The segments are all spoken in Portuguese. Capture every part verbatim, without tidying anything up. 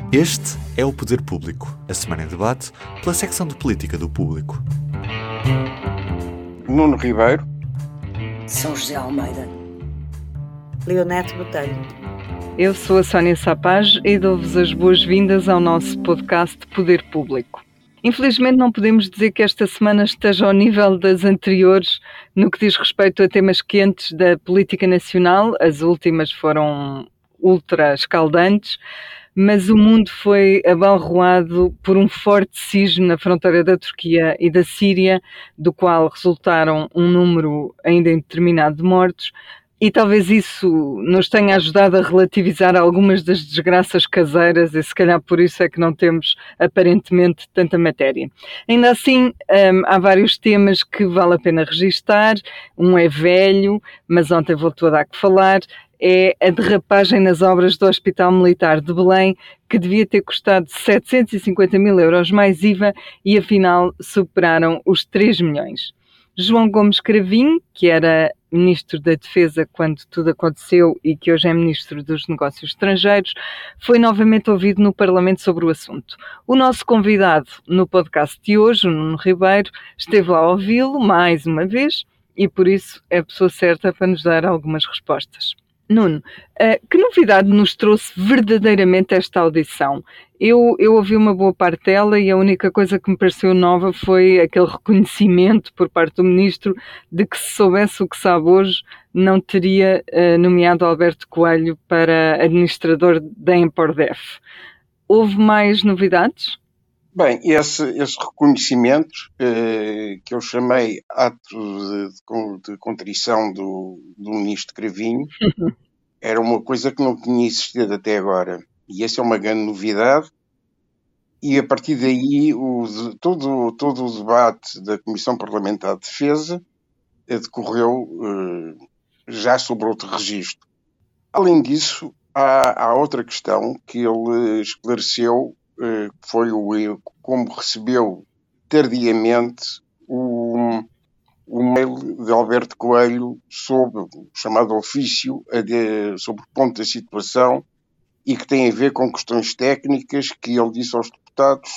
Este é o Poder Público, a semana em debate pela secção de Política do Público. Nuno Ribeiro, São José Almeida, Leonete Botelho. Eu sou a Sónia Sapaz e dou-vos as boas-vindas ao nosso podcast Poder Público. Infelizmente não podemos dizer que esta semana esteja ao nível das anteriores no que diz respeito a temas quentes da política nacional. As últimas foram ultra escaldantes, mas o mundo foi abalroado por um forte sismo na fronteira da Turquia e da Síria, do qual resultaram um número ainda indeterminado de mortos. E talvez isso nos tenha ajudado a relativizar algumas das desgraças caseiras e se calhar por isso é que não temos aparentemente tanta matéria. Ainda assim, hum, há vários temas que vale a pena registar. Um é velho, mas ontem voltou a dar que falar. É a derrapagem nas obras do Hospital Militar de Belém, que devia ter custado setecentos e cinquenta mil euros mais I V A e afinal superaram os três milhões. João Gomes Cravinho, que era Ministro da Defesa quando tudo aconteceu e que hoje é Ministro dos Negócios Estrangeiros, foi novamente ouvido no Parlamento sobre o assunto. O nosso convidado no podcast de hoje, o Nuno Ribeiro, esteve lá a ouvi-lo mais uma vez e por isso é a pessoa certa para nos dar algumas respostas. Nuno, que novidade nos trouxe verdadeiramente esta audição? Eu, eu ouvi uma boa parte dela e a única coisa que me pareceu nova foi aquele reconhecimento por parte do Ministro de que se soubesse o que sabe hoje não teria uh, nomeado Alberto Coelho para administrador da Empordef. Houve mais novidades? Bem, esse, esse reconhecimento eh, que eu chamei ato de, de, de contrição do, do Ministro Cravinho era uma coisa que não tinha existido até agora. E essa é uma grande novidade. E a partir daí, o, todo, todo o debate da Comissão Parlamentar de Defesa decorreu eh, já sobre outro registro. Além disso, há, há outra questão que ele esclareceu, eh, foi o, como recebeu tardiamente o, o mail de Alberto Coelho sobre o chamado ofício de, sobre o ponto da situação e que tem a ver com questões técnicas que ele disse aos deputados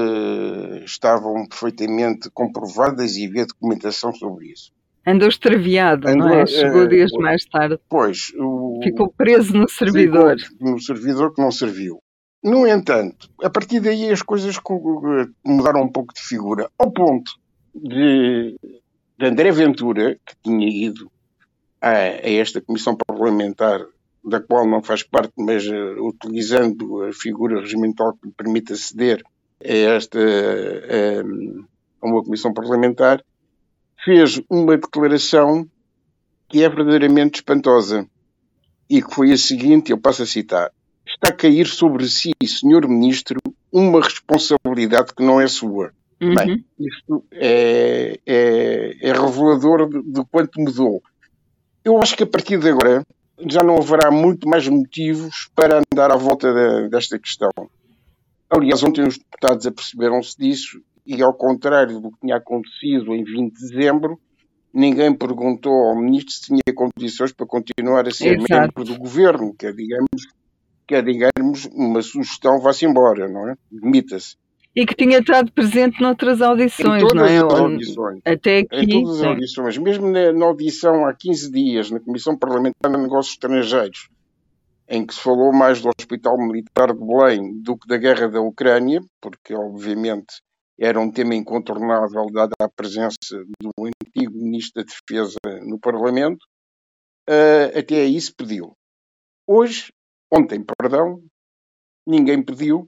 eh, estavam perfeitamente comprovadas e havia documentação sobre isso. Andou extraviado, Andou, não é? Chegou uh, dias uh, mais tarde. Pois. O, ficou preso no servidor. No servidor que não serviu. No entanto, a partir daí as coisas mudaram um pouco de figura, ao ponto de, de André Ventura, que tinha ido a, a esta comissão parlamentar, da qual não faz parte, mas uh, utilizando a figura regimental que lhe permite aceder a esta uh, a uma comissão parlamentar, fez uma declaração que é verdadeiramente espantosa e que foi a seguinte, eu passo a citar: está a cair sobre si, senhor Ministro, uma responsabilidade que não é sua. Uhum. Bem, isto é, é, é revelador de, de quanto mudou. Eu acho que a partir de agora já não haverá muito mais motivos para andar à volta de, desta questão. Aliás, ontem os deputados aperceberam-se disso e, ao contrário do que tinha acontecido em vinte de dezembro, ninguém perguntou ao Ministro se tinha condições para continuar a ser Exato. membro do Governo, que é, digamos, que é, digamos, uma sugestão, vá-se embora, não é? Demita-se. E que tinha estado presente noutras audições, em todas não é? As audições. Até aqui. Em todas as audições. Mesmo na, na audição há quinze dias, na Comissão Parlamentar de Negócios Estrangeiros, em que se falou mais do Hospital Militar de Belém do que da guerra da Ucrânia, porque, obviamente, era um tema incontornável, dada a presença do antigo Ministro da Defesa no Parlamento, uh, até aí se pediu. Hoje, ontem, perdão, ninguém pediu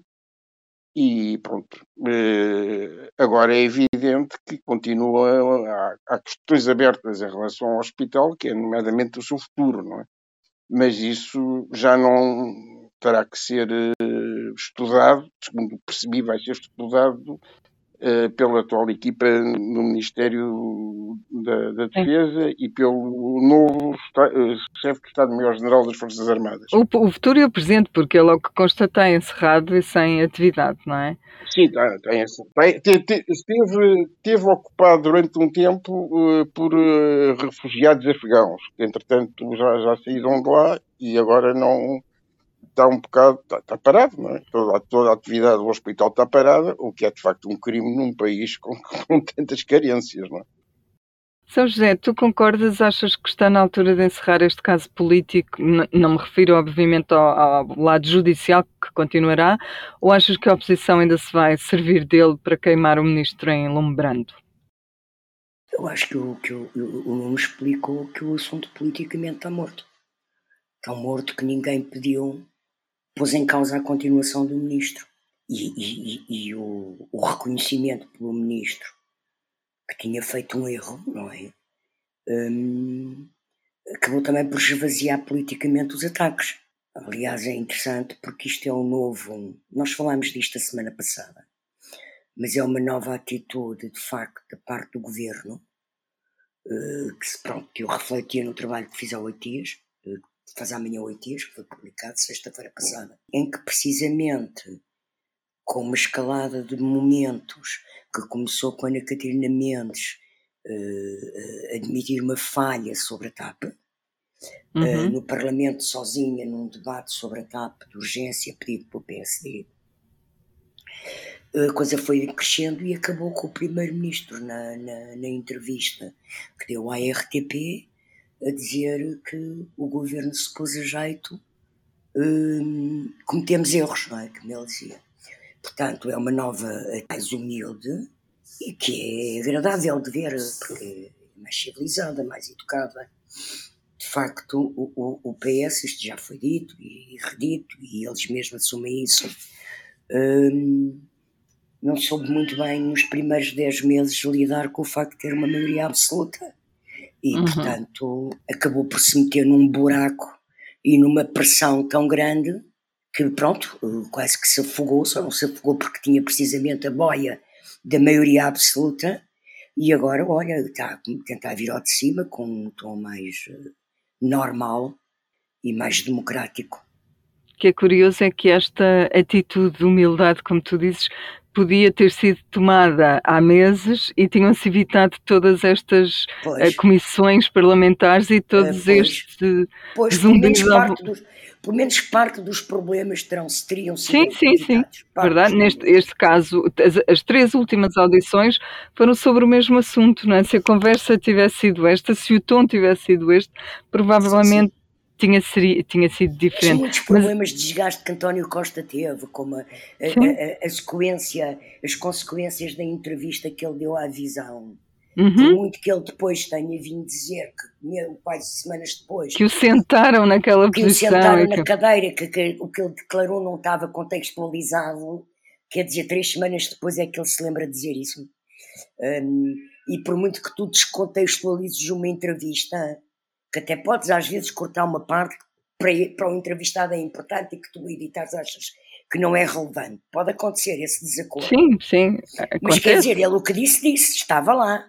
e pronto. Uh, agora é evidente que continua, há, há questões abertas em relação ao hospital, que é nomeadamente o seu futuro, não é? Mas isso já não terá que ser uh, estudado, segundo percebi, vai ser estudado Uh, pela atual equipa no Ministério da, da Defesa é. e pelo novo uh, chefe de Estado-Maior-General das Forças Armadas. O, o futuro e o presente, porque ele, ao que consta, está encerrado e sem atividade, não é? Sim, está, está encerrado. Esteve, esteve ocupado durante um tempo uh, por uh, refugiados afegãos, que entretanto já, já saíram de lá e agora não, está um bocado, está, está parado, não é? Toda, toda a atividade do hospital está parada, o que é de facto um crime num país com, com tantas carências, não é? São José, tu concordas? Achas que está na altura de encerrar este caso político? N- não me refiro, obviamente, ao, ao lado judicial, que continuará, ou achas que a oposição ainda se vai servir dele para queimar o ministro em Lume Brando? Eu acho que o, que o, o Nuno explicou que o assunto politicamente está morto. Está morto, que ninguém pediu, pôs em causa a continuação do ministro. E, e, e, e o, o reconhecimento pelo ministro que tinha feito um erro, não é? Hum, acabou também por esvaziar politicamente os ataques. Aliás, é interessante porque isto é um novo... Nós falámos disto a semana passada, mas é uma nova atitude, de facto, da parte do governo, que, se, pronto, que eu refletia no trabalho que fiz há oito dias, faz amanhã oito dias, que foi publicado sexta-feira passada, em que precisamente, com uma escalada de momentos que começou com a Ana Catarina Mendes uh, admitir uma falha sobre a TAP, uhum. uh, no Parlamento sozinha, num debate sobre a TAP de urgência pedido pelo P S D, a coisa foi crescendo e acabou com o primeiro-ministro na, na, na entrevista que deu à R T P a dizer que o governo se pôs a jeito, um, cometemos erros, não é? Como ele dizia. Portanto, é uma nova, mais humilde e que é agradável de ver, porque é mais civilizada, mais educada. De facto, o, o, o P S, isto já foi dito e redito, e eles mesmos assumem isso, um, não soube muito bem nos primeiros dez meses lidar com o facto de ter uma maioria absoluta. E, uhum. portanto, acabou por se meter num buraco e numa pressão tão grande que, pronto, quase que se afogou, só não se afogou porque tinha precisamente a boia da maioria absoluta e agora, olha, está a tentar vir ao de cima com um tom mais normal e mais democrático. O que é curioso é que esta atitude de humildade, como tu dizes, podia ter sido tomada há meses e tinham-se evitado todas estas uh, comissões parlamentares e todos uh, pois, estes pois, zumbidos. Pelo menos parte dos problemas terão, teriam sido Sim, sim, sim, verdade. Neste este caso, as, as três últimas audições foram sobre o mesmo assunto, não é? Se a conversa tivesse sido esta, se o tom tivesse sido este, provavelmente sim, sim. Tinha, seria, tinha sido diferente. Tinha muitos problemas Mas... de desgaste que António Costa teve, como a, a, a, a sequência, as consequências da entrevista que ele deu à Visão. Uhum. Por muito que ele depois tenha vindo dizer, que mesmo quase semanas depois... Que o sentaram naquela que posição. Que o sentaram na que... cadeira, que, que o que ele declarou não estava contextualizado, quer dizer, três semanas depois é que ele se lembra de dizer isso. Um, e por muito que tu descontextualizes uma entrevista... que até podes às vezes cortar uma parte para, para o entrevistado é importante e que tu editares achas que não é relevante. Pode acontecer esse desacordo. Sim, sim. Acontece. Mas quer dizer, ele o que disse, disse, estava lá.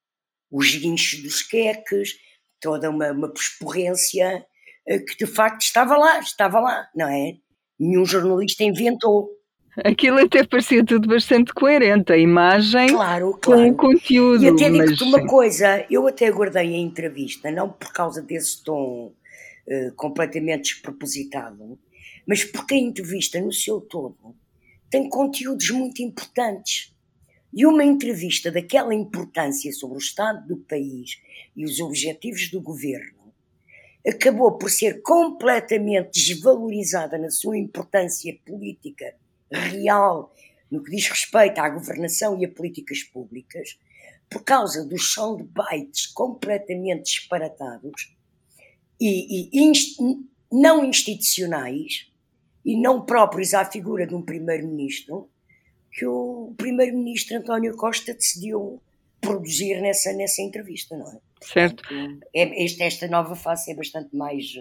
Os guinchos dos queques, toda uma, uma persporrência que de facto estava lá, estava lá, não é? Nenhum jornalista inventou. Aquilo até parecia tudo bastante coerente, a imagem claro, com claro. o conteúdo. E até digo-te mas, uma sim. coisa, eu até aguardei a entrevista, não por causa desse tom uh, completamente despropositado, mas porque a entrevista no seu todo tem conteúdos muito importantes. E uma entrevista daquela importância sobre o estado do país e os objetivos do governo acabou por ser completamente desvalorizada na sua importância política real, no que diz respeito à governação e a políticas públicas, por causa dos soundbites completamente disparatados e, e inst, não institucionais e não próprios à figura de um primeiro-ministro, que o primeiro-ministro António Costa decidiu produzir nessa, nessa entrevista, não é? Certo. É, esta, esta nova face é bastante mais,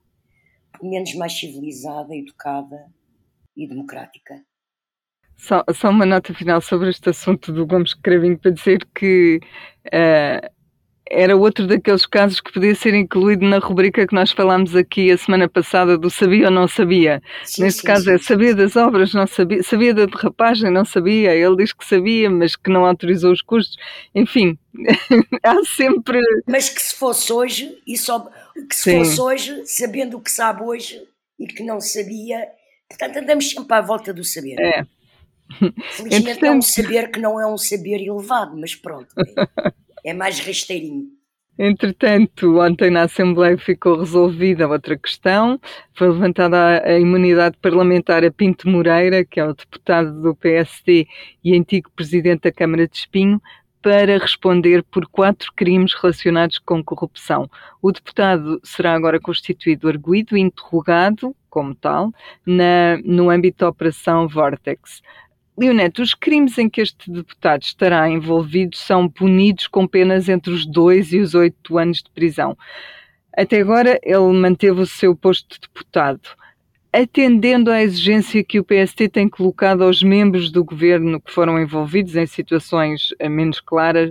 menos mais civilizada, educada e democrática. Só, só uma nota final sobre este assunto do Gomes Cravinho para dizer que uh, era outro daqueles casos que podia ser incluído na rubrica que nós falámos aqui a semana passada do sabia ou não sabia. Sim, Neste sim, caso sim, é sabia das obras, não sabia, sabia da derrapagem, não sabia. Ele diz que sabia, mas que não autorizou os custos. Enfim, há sempre... Mas que se fosse hoje, e só, que se sim. fosse hoje, sabendo o que sabe hoje, e que não sabia. Portanto, andamos sempre à volta do saber. É. Felizmente Entretanto... é um saber que não é um saber elevado, mas pronto, é, é mais rasteirinho. Entretanto, ontem na Assembleia ficou resolvida outra questão. Foi levantada a imunidade parlamentar a Pinto Moreira, que é o deputado do P S D e antigo presidente da Câmara de Espinho, para responder por quatro crimes relacionados com corrupção. O deputado será agora constituído arguido e interrogado, como tal, na, no âmbito da Operação Vortex. Leonete, os crimes em que este deputado estará envolvido são punidos com penas entre os dois e os oito anos de prisão. Até agora ele manteve o seu posto de deputado. Atendendo à exigência que o P S D tem colocado aos membros do governo que foram envolvidos em situações menos claras,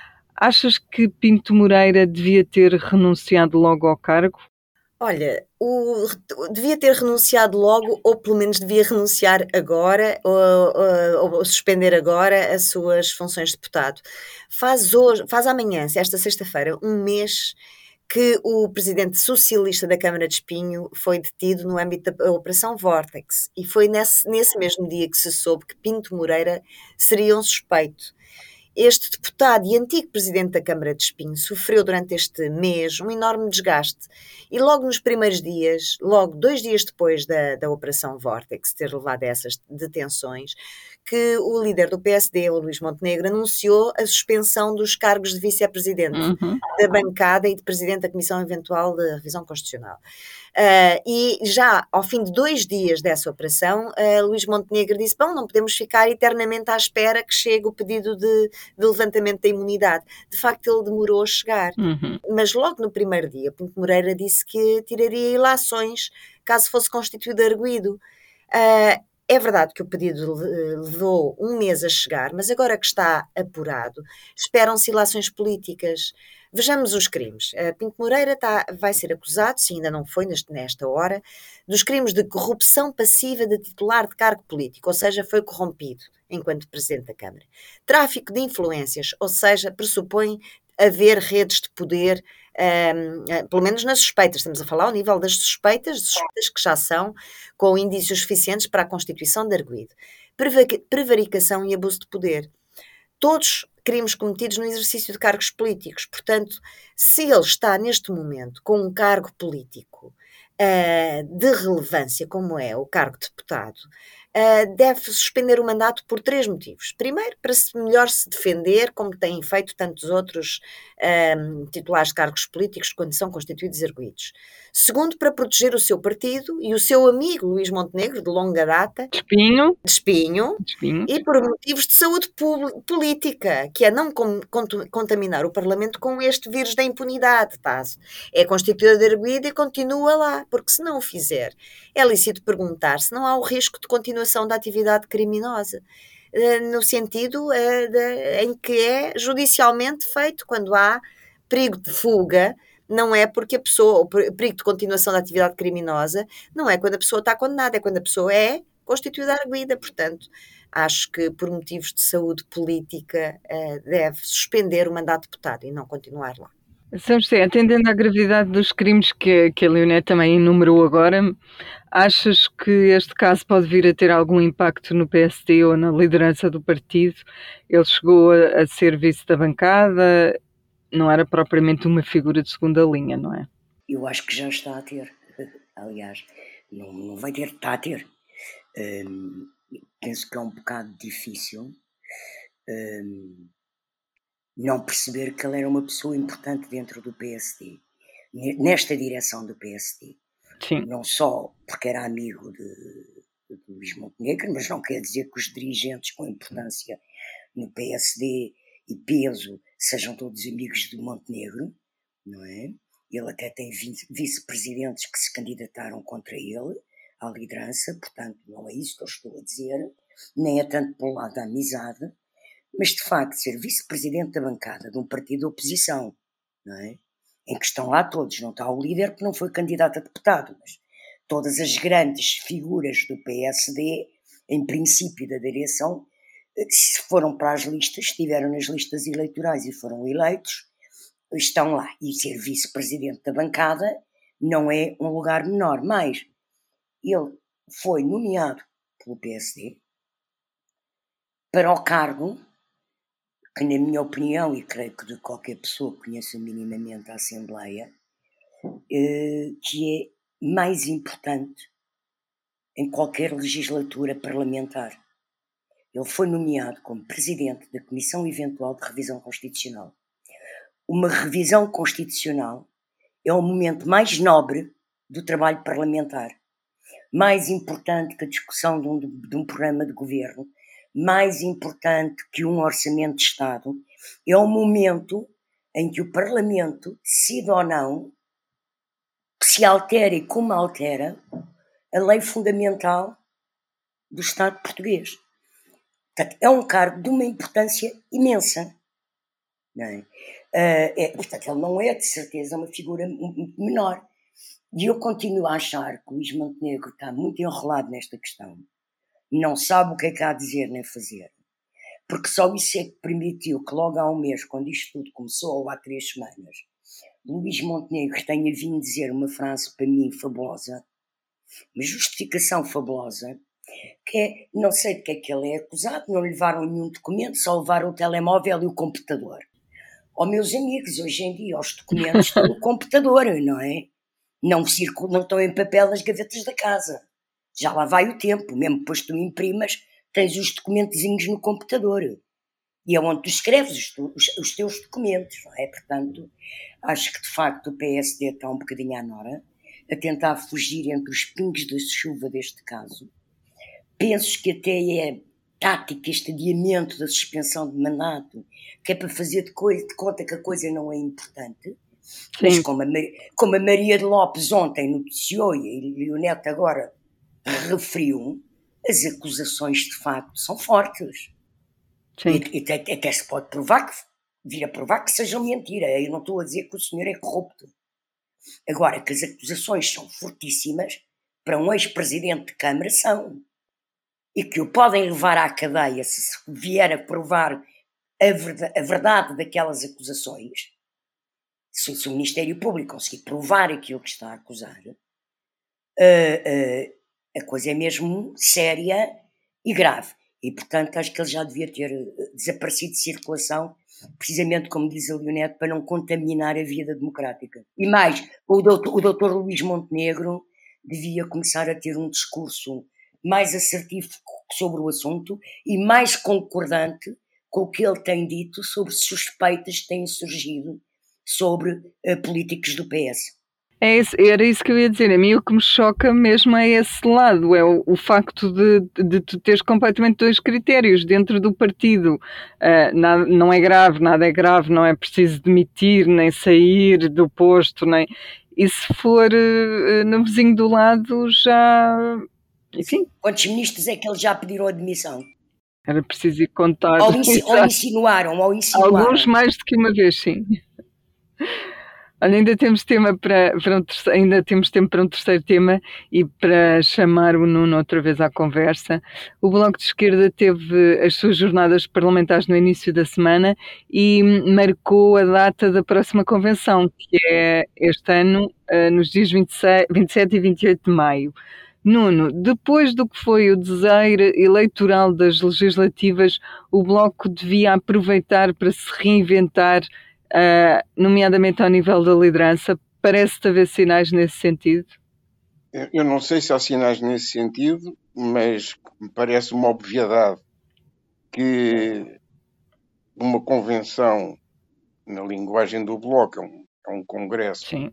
achas que Pinto Moreira devia ter renunciado logo ao cargo? Olha, o, devia ter renunciado logo, ou pelo menos devia renunciar agora, ou, ou, ou suspender agora as suas funções de deputado. Faz, hoje, faz amanhã, esta sexta-feira, um mês que o presidente socialista da Câmara de Espinho foi detido no âmbito da Operação Vortex. E foi nesse, nesse mesmo dia que se soube que Pinto Moreira seria um suspeito. Este deputado e antigo presidente da Câmara de Espinho sofreu durante este mês um enorme desgaste e logo nos primeiros dias, logo dois dias depois da, da Operação Vortex ter levado a essas detenções, que o líder do P S D, o Luís Montenegro, anunciou a suspensão dos cargos de vice-presidente uhum. da bancada e de presidente da Comissão Eventual de Revisão Constitucional. Uh, e já ao fim de dois dias dessa operação, uh, Luís Montenegro disse, bom, não podemos ficar eternamente à espera que chegue o pedido de, de levantamento da imunidade. De facto, ele demorou a chegar. Uhum. Mas logo no primeiro dia, Pinto Moreira disse que tiraria ilações caso fosse constituído arguido. Uh, É verdade que o pedido levou um mês a chegar, mas agora que está apurado, esperam-se ilações políticas. Vejamos os crimes. Pinto Moreira está, vai ser acusado, se ainda não foi neste, nesta hora, dos crimes de corrupção passiva de titular de cargo político, ou seja, foi corrompido enquanto Presidente da Câmara. Tráfico de influências, ou seja, pressupõe haver redes de poder, um, pelo menos nas suspeitas, estamos a falar ao nível das suspeitas, suspeitas que já são com indícios suficientes para a constituição de arguido. Prevaricação e abuso de poder. Todos crimes cometidos no exercício de cargos políticos. Portanto, se ele está neste momento com um cargo político uh, de relevância, como é o cargo de deputado, Uh, deve suspender o mandato por três motivos. Primeiro, para se melhor se defender, como têm feito tantos outros um, titulares de cargos políticos quando são constituídos arguidos. Segundo, para proteger o seu partido e o seu amigo Luís Montenegro, de longa data, de Espinho, de Espinho, de Espinho. E por motivos de saúde política, que é não com, com, contaminar o Parlamento com este vírus da impunidade. Tá? É constituído arguido e continua lá, porque se não o fizer, é lícito perguntar se não há o risco de continuação da atividade criminosa, no sentido de, em que é judicialmente feito quando há perigo de fuga. Não é porque a pessoa, o perigo de continuação da atividade criminosa, não é quando a pessoa está condenada, é quando a pessoa é constituída arguida. Portanto, acho que por motivos de saúde política deve suspender o mandato de deputado e não continuar lá. São José, atendendo à gravidade dos crimes que, que a Leonete também enumerou agora, achas que este caso pode vir a ter algum impacto no P S D ou na liderança do partido? Ele chegou a, a ser vice da bancada, não era propriamente uma figura de segunda linha, não é? Eu acho que já está a ter. Aliás, não, não vai ter, está a ter. Hum, penso que é um bocado difícil hum, não perceber que ele era uma pessoa importante dentro do P S D, nesta direção do P S D. Sim. Não só porque era amigo de, de Luís Montenegro, mas não quer dizer que os dirigentes com importância no P S D e peso sejam todos amigos de Montenegro, não é? Ele até tem vice-presidentes que se candidataram contra ele à liderança, portanto não é isso que eu estou a dizer, nem é tanto pelo lado da amizade, mas de facto ser vice-presidente da bancada de um partido de oposição, não é? Em que estão lá todos, não está o líder que não foi candidato a deputado, mas todas as grandes figuras do P S D, em princípio da direção, se foram para as listas, estiveram nas listas eleitorais e foram eleitos, estão lá. E ser vice-presidente da bancada não é um lugar menor, mas ele foi nomeado pelo P S D para o cargo que, na minha opinião, e creio que de qualquer pessoa que conheça minimamente a Assembleia, eh, que é mais importante em qualquer legislatura parlamentar. Ele foi nomeado como presidente da Comissão Eventual de Revisão Constitucional. Uma revisão constitucional é o momento mais nobre do trabalho parlamentar, mais importante que a discussão de um, de um programa de governo, mais importante que um orçamento de Estado. É o momento em que o Parlamento decide ou não que se altera e como altera a lei fundamental do Estado português. Portanto, é um cargo de uma importância imensa. Não é? Uh, é, portanto, ele não é, de certeza, uma figura muito menor. E eu continuo a achar que o Luís Montenegro está muito enrolado nesta questão. Não sabe o que é que há a dizer nem fazer. Porque só isso é que permitiu que logo há um mês, quando isto tudo começou, ou há três semanas, Luís Montenegro tenha vindo dizer uma frase para mim fabulosa, uma justificação fabulosa, que é, não sei de que é que ele é acusado, não lhe levaram nenhum documento, só levaram o telemóvel e o computador. Ó, meus amigos, hoje em dia os documentos estão no computador, não é? Não circulam, não estão em papel nas gavetas da casa. Já lá vai o tempo, mesmo depois tu imprimas, tens os documentozinhos no computador. E é onde tu escreves os, os, os teus documentos, não é? Portanto, acho que de facto o P S D está um bocadinho à nora, a tentar fugir entre os pingos da chuva deste caso. Penso que até é tática este adiamento da suspensão de mandato, que é para fazer de, coisa, de conta que a coisa não é importante. Sim. Mas como a, como a Maria de Lopes ontem noticiou e o Neto agora referiu, as acusações de facto são fortes. Sim. E, e até, até se pode provar que, vir a provar que sejam mentira. Eu não estou a dizer que o senhor é corrupto. Agora, que as acusações são fortíssimas, para um ex-presidente de Câmara são. E que o podem levar à cadeia se vier a provar a verdade, a verdade daquelas acusações. Se, se o Ministério Público conseguir provar aquilo que está a acusar, uh, uh, a coisa é mesmo séria e grave. E, portanto, acho que ele já devia ter desaparecido de circulação, precisamente como diz a Leonete, para não contaminar a vida democrática. E mais, o doutor, o doutor Luís Montenegro devia começar a ter um discurso mais assertivo sobre o assunto e mais concordante com o que ele tem dito sobre suspeitas que têm surgido sobre uh, políticos do P S. É isso, era isso que eu ia dizer. A mim o que me choca mesmo é esse lado, é o, o facto de, de, de tu teres completamente dois critérios dentro do partido. Uh, nada, não é grave, nada é grave, não é preciso demitir, nem sair do posto, nem... E se for uh, no vizinho do lado já... Enfim. Quantos ministros é que eles já pediram admissão? Era preciso ir contar. Ou, insi- ou insinuaram, ou insinuaram. Alguns mais do que uma vez, sim. Olha, ainda temos tema para, para um terceiro, ainda temos tempo para um terceiro tema e para chamar o Nuno outra vez à conversa. O Bloco de Esquerda teve as suas jornadas parlamentares no início da semana e marcou a data da próxima convenção, que é este ano, nos dias vinte e seis, vinte e sete e vinte e oito de maio. Nuno, depois do que foi o desaire eleitoral das legislativas, o Bloco devia aproveitar para se reinventar, uh, nomeadamente ao nível da liderança. Parece-te haver sinais nesse sentido? Eu não sei se há sinais nesse sentido, mas me parece uma obviedade que uma convenção, na linguagem do Bloco, é um, é um congresso. Sim.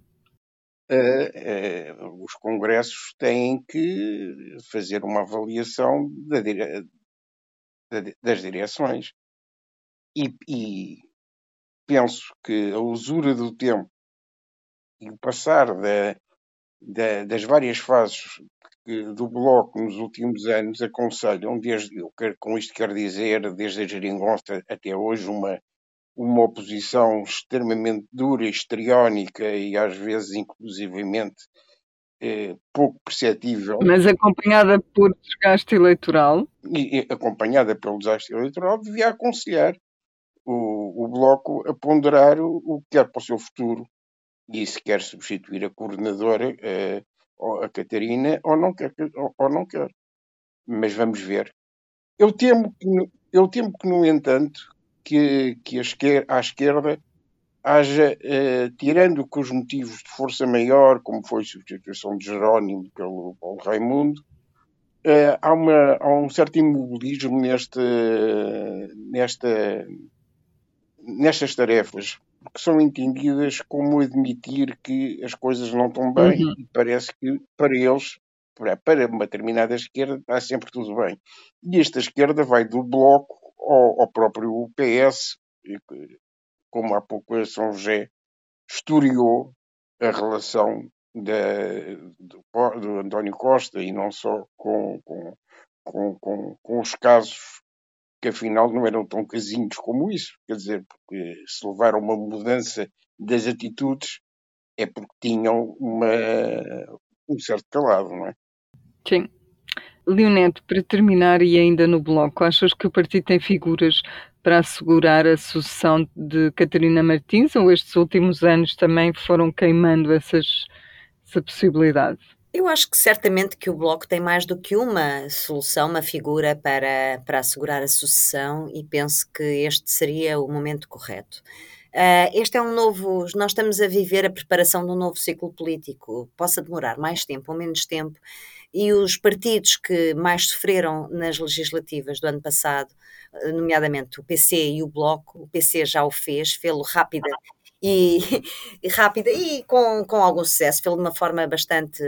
Uh, uh, os congressos têm que fazer uma avaliação da dire... da, das direções e, e penso que a usura do tempo e o passar da, da, das várias fases do Bloco nos últimos anos aconselham, desde, eu quero, com isto quero dizer, desde a geringonça até hoje, uma uma oposição extremamente dura, histriónica e às vezes inclusivamente eh, pouco perceptível. Mas acompanhada por desgaste eleitoral? E, e acompanhada pelo desgaste eleitoral, devia aconselhar o, o Bloco a ponderar o, o que quer para o seu futuro e se quer substituir a coordenadora, eh, a Catarina ou não quer, ou, ou não quer. Mas vamos ver. Eu temo que, eu temo que no entanto, que, que a esquerda, à esquerda haja, eh, tirando que os motivos de força maior, como foi a substituição de Jerónimo pelo Paulo Raimundo, eh, há, uma, há um certo imobilismo neste, nesta, nestas tarefas, que são entendidas como admitir que as coisas não estão bem, Uhum. e parece que para eles, para, para uma determinada esquerda, está sempre tudo bem. E esta esquerda vai do Bloco ao, ao próprio P S, como há pouco a São José historiou a relação da, do, do António Costa, e não só com, com, com, com, com os casos que afinal não eram tão casinhos como isso. Quer dizer, porque se levaram uma mudança das atitudes é porque tinham uma, um certo calado, não é? Sim. Leonete, para terminar e ainda no Bloco, achas que o partido tem figuras para assegurar a sucessão de Catarina Martins, ou estes últimos anos também foram queimando essas, essa possibilidade? Eu acho que certamente que o Bloco tem mais do que uma solução, uma figura para, para assegurar a sucessão, e penso que este seria o momento correto. Uh, este é um novo, nós estamos a viver a preparação de um novo ciclo político, possa demorar mais tempo ou menos tempo, e os partidos que mais sofreram nas legislativas do ano passado, nomeadamente o P C e o Bloco, o P C já o fez, fê-lo rápida e, e rápida e com, com algum sucesso, fê-lo de uma forma bastante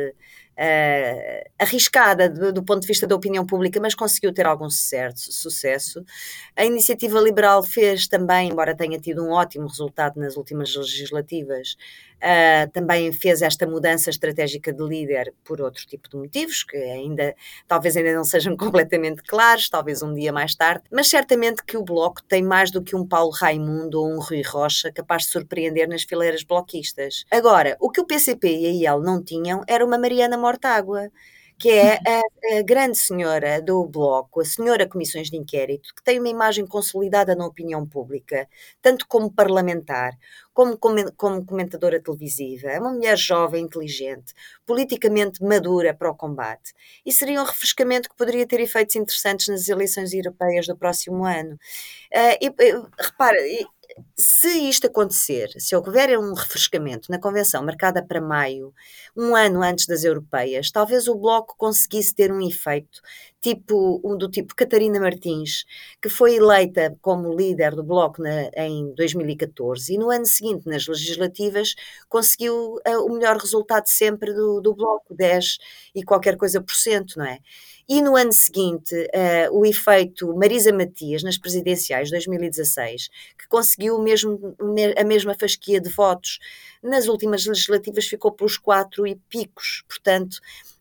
uh, arriscada do, do ponto de vista da opinião pública, mas conseguiu ter algum sucesso, sucesso. A Iniciativa Liberal fez também, embora tenha tido um ótimo resultado nas últimas legislativas, uh, também fez esta mudança estratégica de líder por outro tipo de motivos, que ainda, talvez ainda não sejam completamente claros, talvez um dia mais tarde, mas certamente que o Bloco tem mais do que um Paulo Raimundo ou um Rui Rocha capaz de surpreender nas fileiras bloquistas. Agora, o que o P C P e a I L não tinham era uma Mariana Mortágua, que é a, a grande senhora do Bloco, a senhora Comissões de Inquérito, que tem uma imagem consolidada na opinião pública, tanto como parlamentar, como, como, como comentadora televisiva. É uma mulher jovem, inteligente, politicamente madura para o combate. E seria um refrescamento que poderia ter efeitos interessantes nas eleições europeias do próximo ano. Uh, e, e, repara, e, se isto acontecer, se houver um refrescamento na convenção marcada para maio, um ano antes das europeias, talvez o Bloco conseguisse ter um efeito tipo, um do tipo Catarina Martins, que foi eleita como líder do Bloco na, em dois mil e catorze, e no ano seguinte, nas legislativas, conseguiu uh, o melhor resultado sempre do, do Bloco, dez e qualquer coisa por cento, não é? E no ano seguinte, uh, o efeito Marisa Matias, nas presidenciais de dois mil e dezasseis, que conseguiu o mesmo, a mesma fasquia de votos, nas últimas legislativas ficou pelos quatro e picos. Portanto,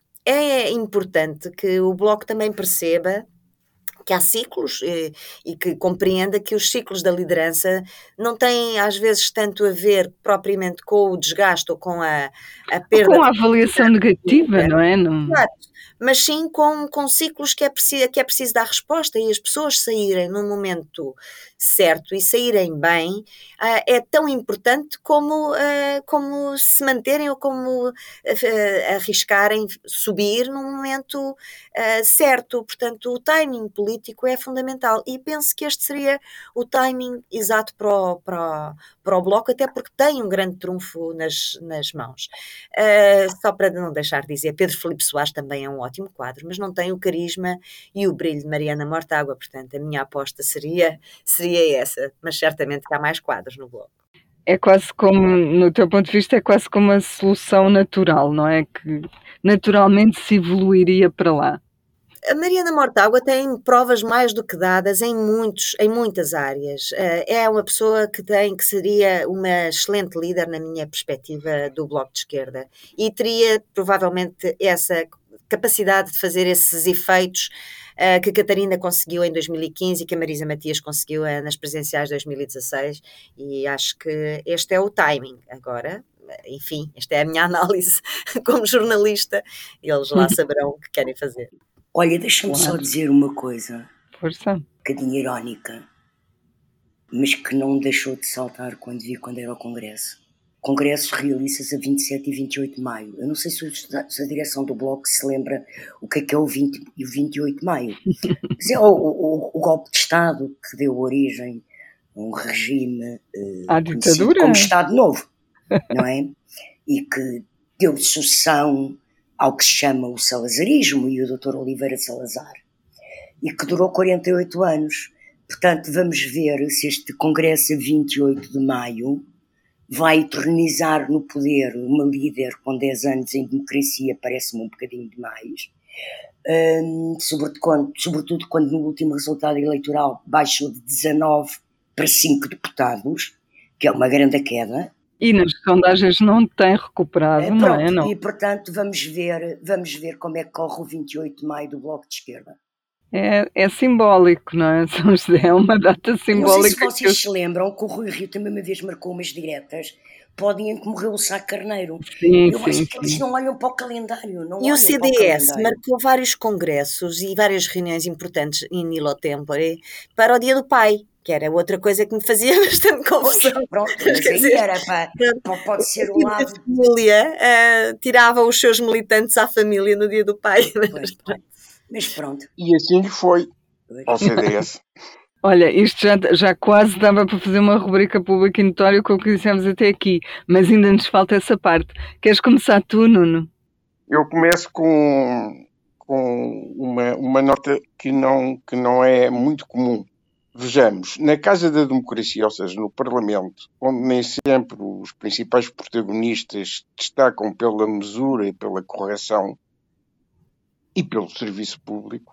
é importante que o Bloco também perceba que há ciclos e, e que compreenda que os ciclos da liderança não têm às vezes tanto a ver propriamente com o desgaste ou com a, a perda... Ou com a avaliação negativa, não é? Não... Claro, mas sim com, com ciclos que é, preciso, que é preciso dar resposta, e as pessoas saírem no momento certo e saírem bem uh, é tão importante como, uh, como se manterem ou como uh, arriscarem subir no momento uh, certo. Portanto, o timing político é fundamental, e penso que este seria o timing exato para o, para, para o Bloco, até porque tem um grande trunfo nas, nas mãos. Uh, só para não deixar de dizer, Pedro Filipe Soares também é um ótimo quadro, mas não tem o carisma e o brilho de Mariana Mortágua. Portanto, a minha aposta seria, seria essa, mas certamente que há mais quadros no Bloco. É quase como, no teu ponto de vista, é quase como uma solução natural, não é? Que naturalmente se evoluiria para lá. A Mariana Mortágua tem provas mais do que dadas em, muitos, em muitas áreas. É uma pessoa que tem, que seria uma excelente líder na minha perspectiva do Bloco de Esquerda, e teria provavelmente essa capacidade de fazer esses efeitos uh, que a Catarina conseguiu em dois mil e quinze e que a Marisa Matias conseguiu uh, nas presidenciais de dois mil e dezasseis, e acho que este é o timing. Agora, enfim, esta é a minha análise como jornalista, eles lá saberão o que querem fazer. Olha, deixa-me Claro. só dizer uma coisa, Força. um bocadinho irónica, mas que não me deixou de saltar quando vi quando era ao Congresso. Congresso realiza-se a vinte e sete e vinte e oito de maio. Eu não sei se a direção do Bloco se lembra o que é que é o vinte e o vinte e oito de maio. Mas é o, o, o golpe de Estado que deu origem a um regime uh, conhecido como Estado Novo, não é? E que deu sucessão ao que se chama o salazarismo e o doutor Oliveira de Salazar. E que durou quarenta e oito anos. Portanto, vamos ver se este Congresso a vinte e oito de maio vai eternizar no poder uma líder com dez anos em democracia, parece-me um bocadinho demais, um, sobretudo, quando, sobretudo quando no último resultado eleitoral baixou de dezanove para cinco deputados, que é uma grande queda. E nas sondagens não tem recuperado, é, não é? Não. E, portanto, vamos ver, vamos ver como é que corre o vinte e oito de maio do Bloco de Esquerda. É, é simbólico, não é? São José, é uma data simbólica. Não sei se vocês que... se lembram que o Rui Rio também uma vez marcou umas diretas para o dia em que morreu o Sá Carneiro. Sim, Eu sim, acho que sim. eles não olham para o calendário. Não e olham o C D S para o marcou vários congressos e várias reuniões importantes em Ilho Tempore para o Dia do Pai, que era outra coisa que me fazia bastante confusão. Pronto, mas aí dizer, era para, pode ser o lado... A família uh, tirava os seus militantes à família no Dia do Pai. Pois, mas pronto. E assim foi ao C D S. Olha, isto já, já quase dava para fazer uma rubrica pública e notória com o que dissemos até aqui, mas ainda nos falta essa parte. Queres começar tu, Nuno? Eu começo com, com uma, uma nota que não, que não é muito comum. Vejamos, na Casa da Democracia, ou seja, no Parlamento, onde nem sempre os principais protagonistas destacam pela mesura e pela correção e pelo serviço público,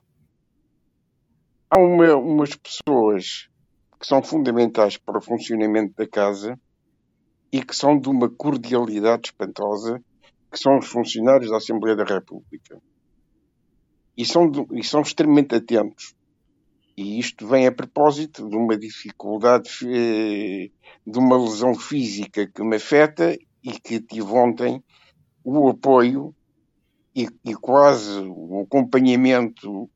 há uma, umas pessoas que são fundamentais para o funcionamento da Casa e que são de uma cordialidade espantosa, que são os funcionários da Assembleia da República. E são, de, e são extremamente atentos. E isto vem a propósito de uma dificuldade, de uma lesão física que me afeta e que tive ontem o apoio e, e quase o acompanhamento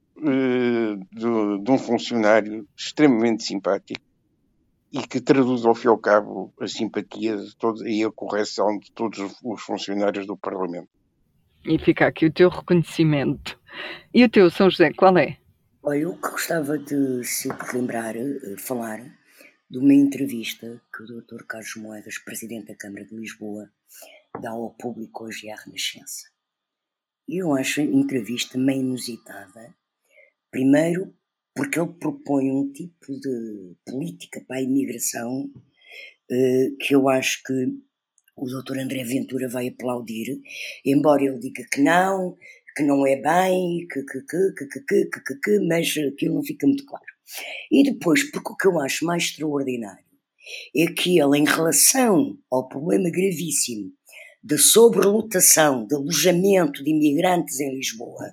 De, de um funcionário extremamente simpático e que traduz ao fim e ao cabo a simpatia de todos, e a correção de todos os funcionários do Parlamento. E fica aqui o teu reconhecimento. E o teu, São José, qual é? Olha, eu gostava de se lembrar, falar de uma entrevista que o doutor Carlos Moedas, presidente da Câmara de Lisboa, dá ao público hoje à Renascença. E eu acho a entrevista meio inusitada. Primeiro, porque ele propõe um tipo de política para a imigração eh, que eu acho que o doutor André Ventura vai aplaudir, embora ele diga que não, que não é bem, que, que, que, que, que, que, que, que, mas aquilo não fica muito claro. E depois, porque o que eu acho mais extraordinário é que ele, em relação ao problema gravíssimo da sobrelotação, de alojamento de imigrantes em Lisboa,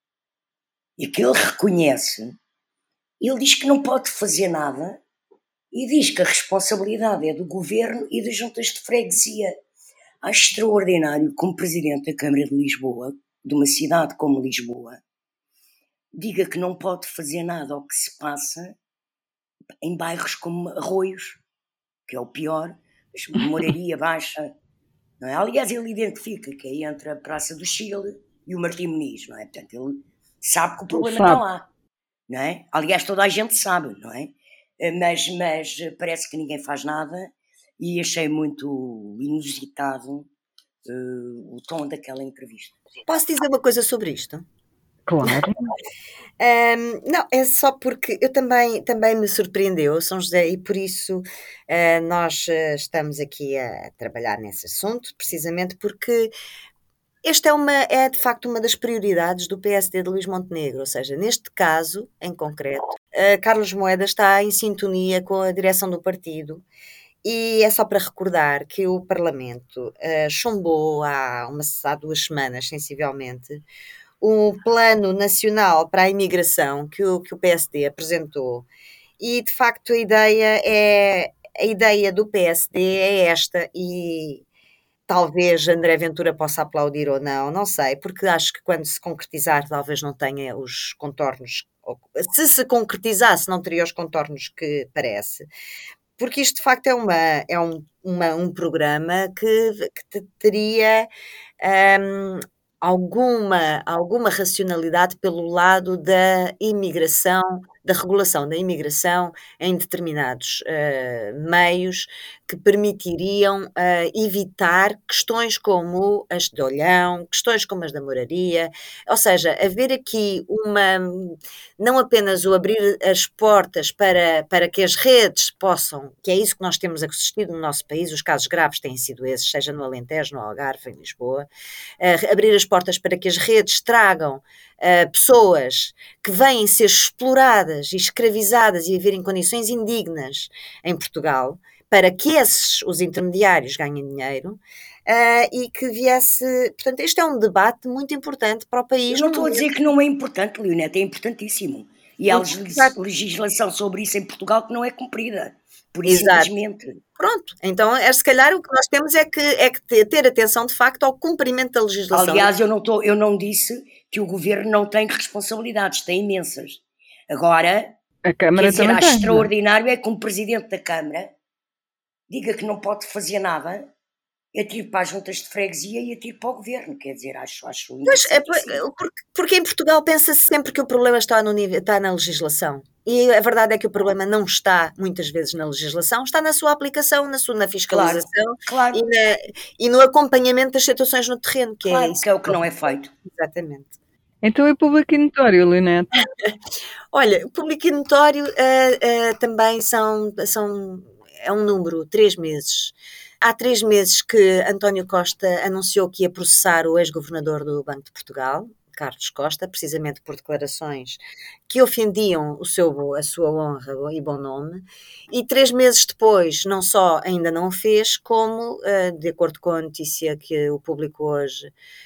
e que ele reconhece, ele diz que não pode fazer nada e diz que a responsabilidade é do governo e das juntas de freguesia. Acho extraordinário como presidente da Câmara de Lisboa, de uma cidade como Lisboa, diga que não pode fazer nada ao que se passa em bairros como Arroios, que é o pior, Moraria Baixa, não é? Aliás, ele identifica que é entre a Praça do Chile e o Martim Muniz, não é? Portanto, ele sabe que o problema está lá, não é? Aliás, toda a gente sabe, não é? Mas, mas parece que ninguém faz nada e achei muito inusitado uh, o tom daquela entrevista. Posso dizer uma coisa sobre isto? Claro. um, não, é só porque eu também, também me surpreendeu, São José, e por isso uh, nós uh, estamos aqui a trabalhar nesse assunto, precisamente porque esta é, uma, é de facto uma das prioridades do P S D de Luís Montenegro, ou seja, neste caso, em concreto, uh, Carlos Moedas está em sintonia com a direção do partido e é só para recordar que o Parlamento uh, chumbou há, uma, há duas semanas, sensivelmente, o Plano Nacional para a Imigração que o, que o P S D apresentou e, de facto, a ideia, é, a ideia do P S D é esta e... Talvez André Ventura possa aplaudir ou não, não sei, porque acho que quando se concretizar talvez não tenha os contornos, se se concretizasse não teria os contornos que parece, porque isto de facto é, uma, é um uma, um programa que, que teria um, alguma, alguma racionalidade pelo lado da imigração, da regulação da imigração em determinados uh, meios que permitiriam uh, evitar questões como as de olhão, questões como as da moraria, ou seja, haver aqui uma, não apenas o abrir as portas para, para que as redes possam, que é isso que nós temos assistido no nosso país, os casos graves têm sido esses, seja no Alentejo, no Algarve, em Lisboa, uh, abrir as portas para que as redes tragam uh, pessoas que vêm ser exploradas e escravizadas e viver em condições indignas em Portugal, para que esses, os intermediários, ganhem dinheiro, uh, e que viesse... Portanto, este é um debate muito importante para o país. Eu não estou a dizer que não é importante, Leonete, é importantíssimo. E há legislação sobre isso em Portugal que não é cumprida. Por isso, simplesmente. Pronto, então é, se calhar o que nós temos é que, é que ter, ter atenção de facto ao cumprimento da legislação. Aliás, eu não, tô, eu não disse que o governo não tem responsabilidades, tem imensas. Agora, a Câmara quer dizer, também acho tem, extraordinário é que um presidente da Câmara diga que não pode fazer nada, atire para as juntas de freguesia e atire para o governo, quer dizer, acho, acho Mas, é, porque, porque em Portugal pensa-se sempre que o problema está, no nível, está na legislação. E a verdade é que o problema não está, muitas vezes, na legislação, está na sua aplicação, na, sua, na fiscalização, claro, claro. E, na, e no acompanhamento das situações no terreno, que claro, é isso. Que é o que não é feito. Exatamente. Então é público e notório, Leonete? Olha, o público e notório uh, uh, também são, são, é um número, três meses. Há três meses que António Costa anunciou que ia processar o ex-governador do Banco de Portugal, Carlos Costa, precisamente por declarações que ofendiam o seu, a sua honra e bom nome, e três meses depois não só ainda não o fez, como, uh, de acordo com a notícia que o público hoje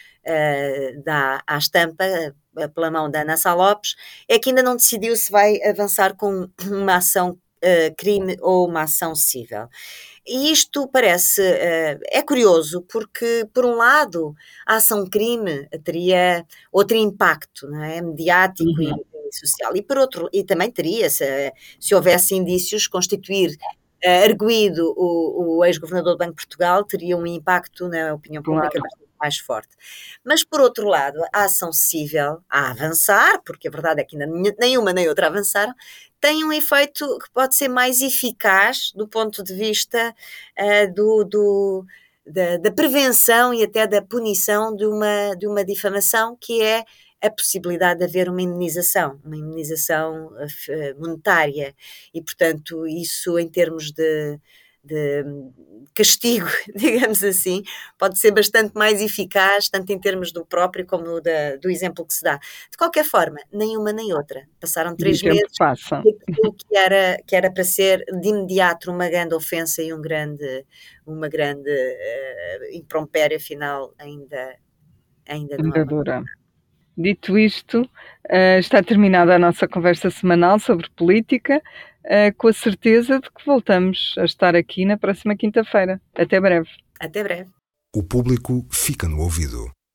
uh, dá à estampa, uh, pela mão da Ana Sá Lopes, é que ainda não decidiu se vai avançar com uma ação uh, crime ou uma ação cível. E isto parece, uh, é curioso, porque, por um lado, a ação-crime teria outro impacto, não é? Mediático uhum. e, e social, e, por outro, e também teria, se, se houvesse indícios, constituir uh, arguido o, o ex-governador do Banco de Portugal, teria um impacto na opinião pública claro. mais forte. Mas, por outro lado, a ação cível, a avançar, porque a verdade é que ainda nenhuma nem outra avançaram, tem um efeito que pode ser mais eficaz do ponto de vista uh, do, do, da, da prevenção e até da punição de uma, de uma difamação, que é a possibilidade de haver uma indemnização, uma indemnização uh, monetária, e, portanto, isso em termos de, de castigo, digamos assim, pode ser bastante mais eficaz, tanto em termos do próprio como da, do exemplo que se dá. De qualquer forma, nenhuma nem outra. Passaram três meses passa. aquilo que era, que era para ser de imediato uma grande ofensa e um grande, uma grande uh, imprompério, afinal, ainda, ainda não é. Dura. Dito isto, uh, está terminada a nossa conversa semanal sobre política, uh, com a certeza de que voltamos a estar aqui na próxima quinta-feira. Até breve. Até breve. O público fica no ouvido.